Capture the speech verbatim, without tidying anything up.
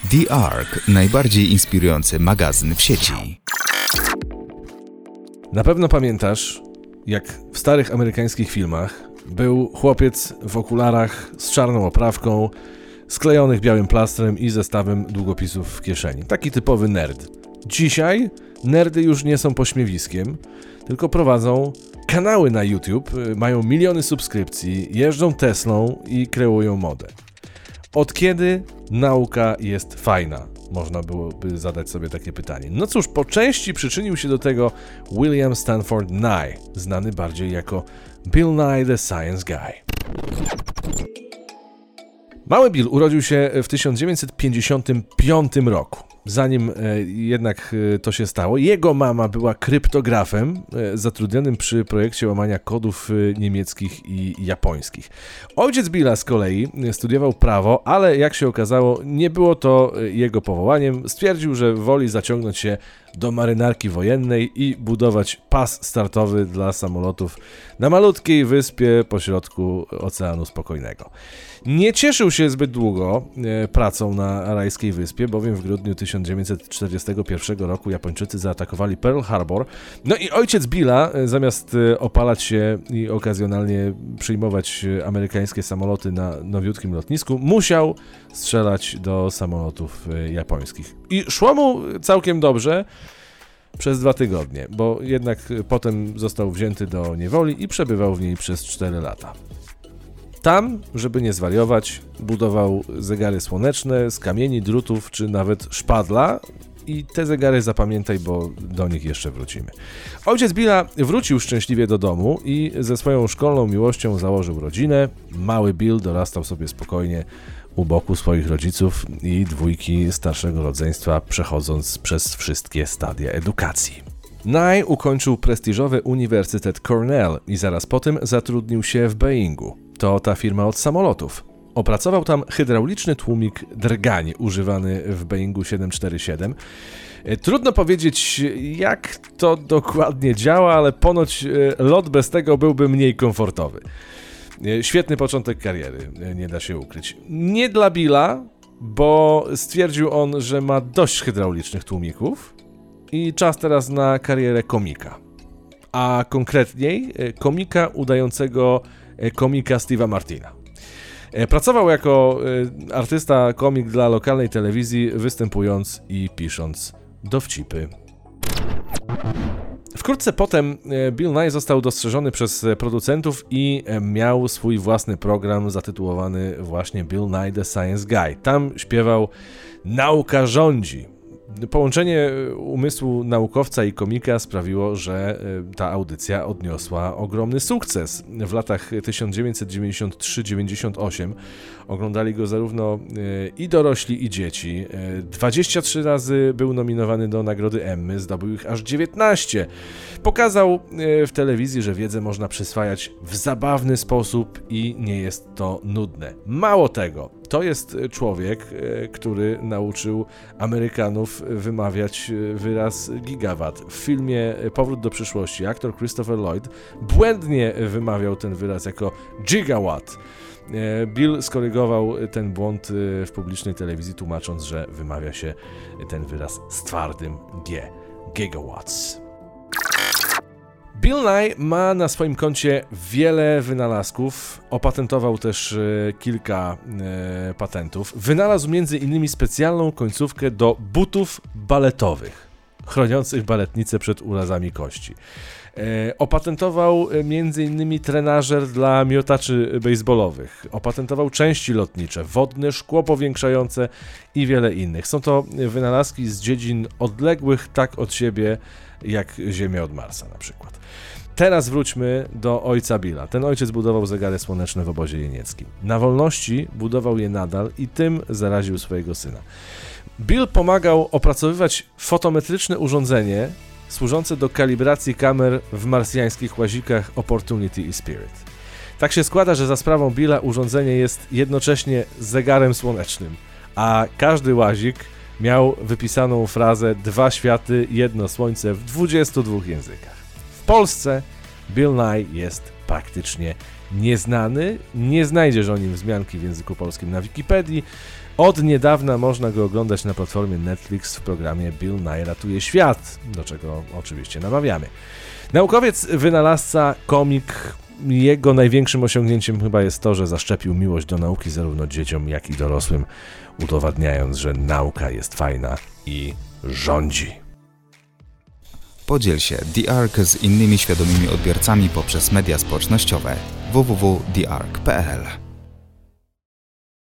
The Ark, najbardziej inspirujący magazyn w sieci. Na pewno pamiętasz, jak w starych amerykańskich filmach był chłopiec w okularach z czarną oprawką, sklejonych białym plastrem i zestawem długopisów w kieszeni. Taki typowy nerd. Dzisiaj nerdy już nie są pośmiewiskiem, tylko prowadzą kanały na YouTube, mają miliony subskrypcji, jeżdżą Teslą i kreują modę. Od kiedy nauka jest fajna? Można byłoby zadać sobie takie pytanie. No cóż, po części przyczynił się do tego William Stanford Nye, znany bardziej jako Bill Nye the Science Guy. Mały Bill urodził się w tysiąc dziewięćset pięćdziesiątym piątym roku. Zanim e, jednak e, to się stało, jego mama była kryptografem e, zatrudnionym przy projekcie łamania kodów e, niemieckich i japońskich. Ojciec Billa z kolei studiował prawo, ale jak się okazało, nie było to e, jego powołaniem. Stwierdził, że woli zaciągnąć się do marynarki wojennej i budować pas startowy dla samolotów na malutkiej wyspie pośrodku Oceanu Spokojnego. Nie cieszył się zbyt długo e, pracą na rajskiej wyspie, bowiem w grudniu tysiąc dziewięćset czterdziestego pierwszego roku Japończycy zaatakowali Pearl Harbor. No i ojciec Billa, e, zamiast e, opalać się i okazjonalnie przyjmować e, amerykańskie samoloty na nowiutkim lotnisku, musiał strzelać do samolotów e, japońskich. I szło mu całkiem dobrze przez dwa tygodnie, bo jednak potem został wzięty do niewoli i przebywał w niej przez cztery lata. Tam, żeby nie zwariować, budował zegary słoneczne z kamieni, drutów czy nawet szpadla i te zegary zapamiętaj, bo do nich jeszcze wrócimy. Ojciec Billa wrócił szczęśliwie do domu i ze swoją szkolną miłością założył rodzinę. Mały Bill dorastał sobie spokojnie u boku swoich rodziców i dwójki starszego rodzeństwa, przechodząc przez wszystkie stadia edukacji. Nye ukończył prestiżowy Uniwersytet Cornell i zaraz potem zatrudnił się w Boeingu. To ta firma od samolotów. Opracował tam hydrauliczny tłumik drgań używany w Boeingu siedem cztery siedem. Trudno powiedzieć, jak to dokładnie działa, ale ponoć lot bez tego byłby mniej komfortowy. Świetny początek kariery, nie da się ukryć. Nie dla Billa, bo stwierdził on, że ma dość hydraulicznych tłumików i czas teraz na karierę komika. A konkretniej komika udającego komika Steve'a Martina. Pracował jako artysta komik dla lokalnej telewizji, występując i pisząc dowcipy. Wkrótce potem Bill Nye został dostrzeżony przez producentów i miał swój własny program zatytułowany właśnie Bill Nye the Science Guy. Tam śpiewał "Nauka rządzi". Połączenie umysłu naukowca i komika sprawiło, że ta audycja odniosła ogromny sukces. W latach tysiąc dziewięćset dziewięćdziesiąt trzy dziewięćdziesiąt osiem oglądali go zarówno i dorośli, i dzieci. dwadzieścia trzy razy był nominowany do nagrody Emmy, zdobył ich aż dziewiętnaście. Pokazał w telewizji, że wiedzę można przyswajać w zabawny sposób i nie jest to nudne. Mało tego, to jest człowiek, który nauczył Amerykanów wymawiać wyraz gigawatt. W filmie Powrót do przyszłości aktor Christopher Lloyd błędnie wymawiał ten wyraz jako gigawatt. Bill skorygował ten błąd w publicznej telewizji, tłumacząc, że wymawia się ten wyraz z twardym G. Gigawatts. Bill Nye ma na swoim koncie wiele wynalazków, opatentował też kilka e, patentów. Wynalazł między innymi specjalną końcówkę do butów baletowych, chroniących baletnice przed urazami kości. E, opatentował między innymi trenażer dla miotaczy bejsbolowych, opatentował części lotnicze, wodne szkło powiększające i wiele innych. Są to wynalazki z dziedzin odległych tak od siebie, jak Ziemia od Marsa na przykład. Teraz wróćmy do ojca Billa. Ten ojciec budował zegary słoneczne w obozie jenieckim. Na wolności budował je nadal i tym zaraził swojego syna. Bill pomagał opracowywać fotometryczne urządzenie służące do kalibracji kamer w marsjańskich łazikach Opportunity i Spirit. Tak się składa, że za sprawą Billa urządzenie jest jednocześnie zegarem słonecznym, a każdy łazik miał wypisaną frazę "dwa światy, jedno słońce" w dwudziestu dwóch językach. W Polsce Bill Nye jest praktycznie nieznany, nie znajdziesz o nim wzmianki w języku polskim na Wikipedii, Od niedawna można go oglądać na platformie Netflix w programie Bill Nye ratuje świat, do czego oczywiście namawiamy. Naukowiec, wynalazca, komik. Jego największym osiągnięciem chyba jest to, że zaszczepił miłość do nauki zarówno dzieciom, jak i dorosłym, udowadniając, że nauka jest fajna i rządzi. Podziel się The Ark z innymi świadomymi odbiorcami poprzez media społecznościowe w w w kropka the ark kropka p l.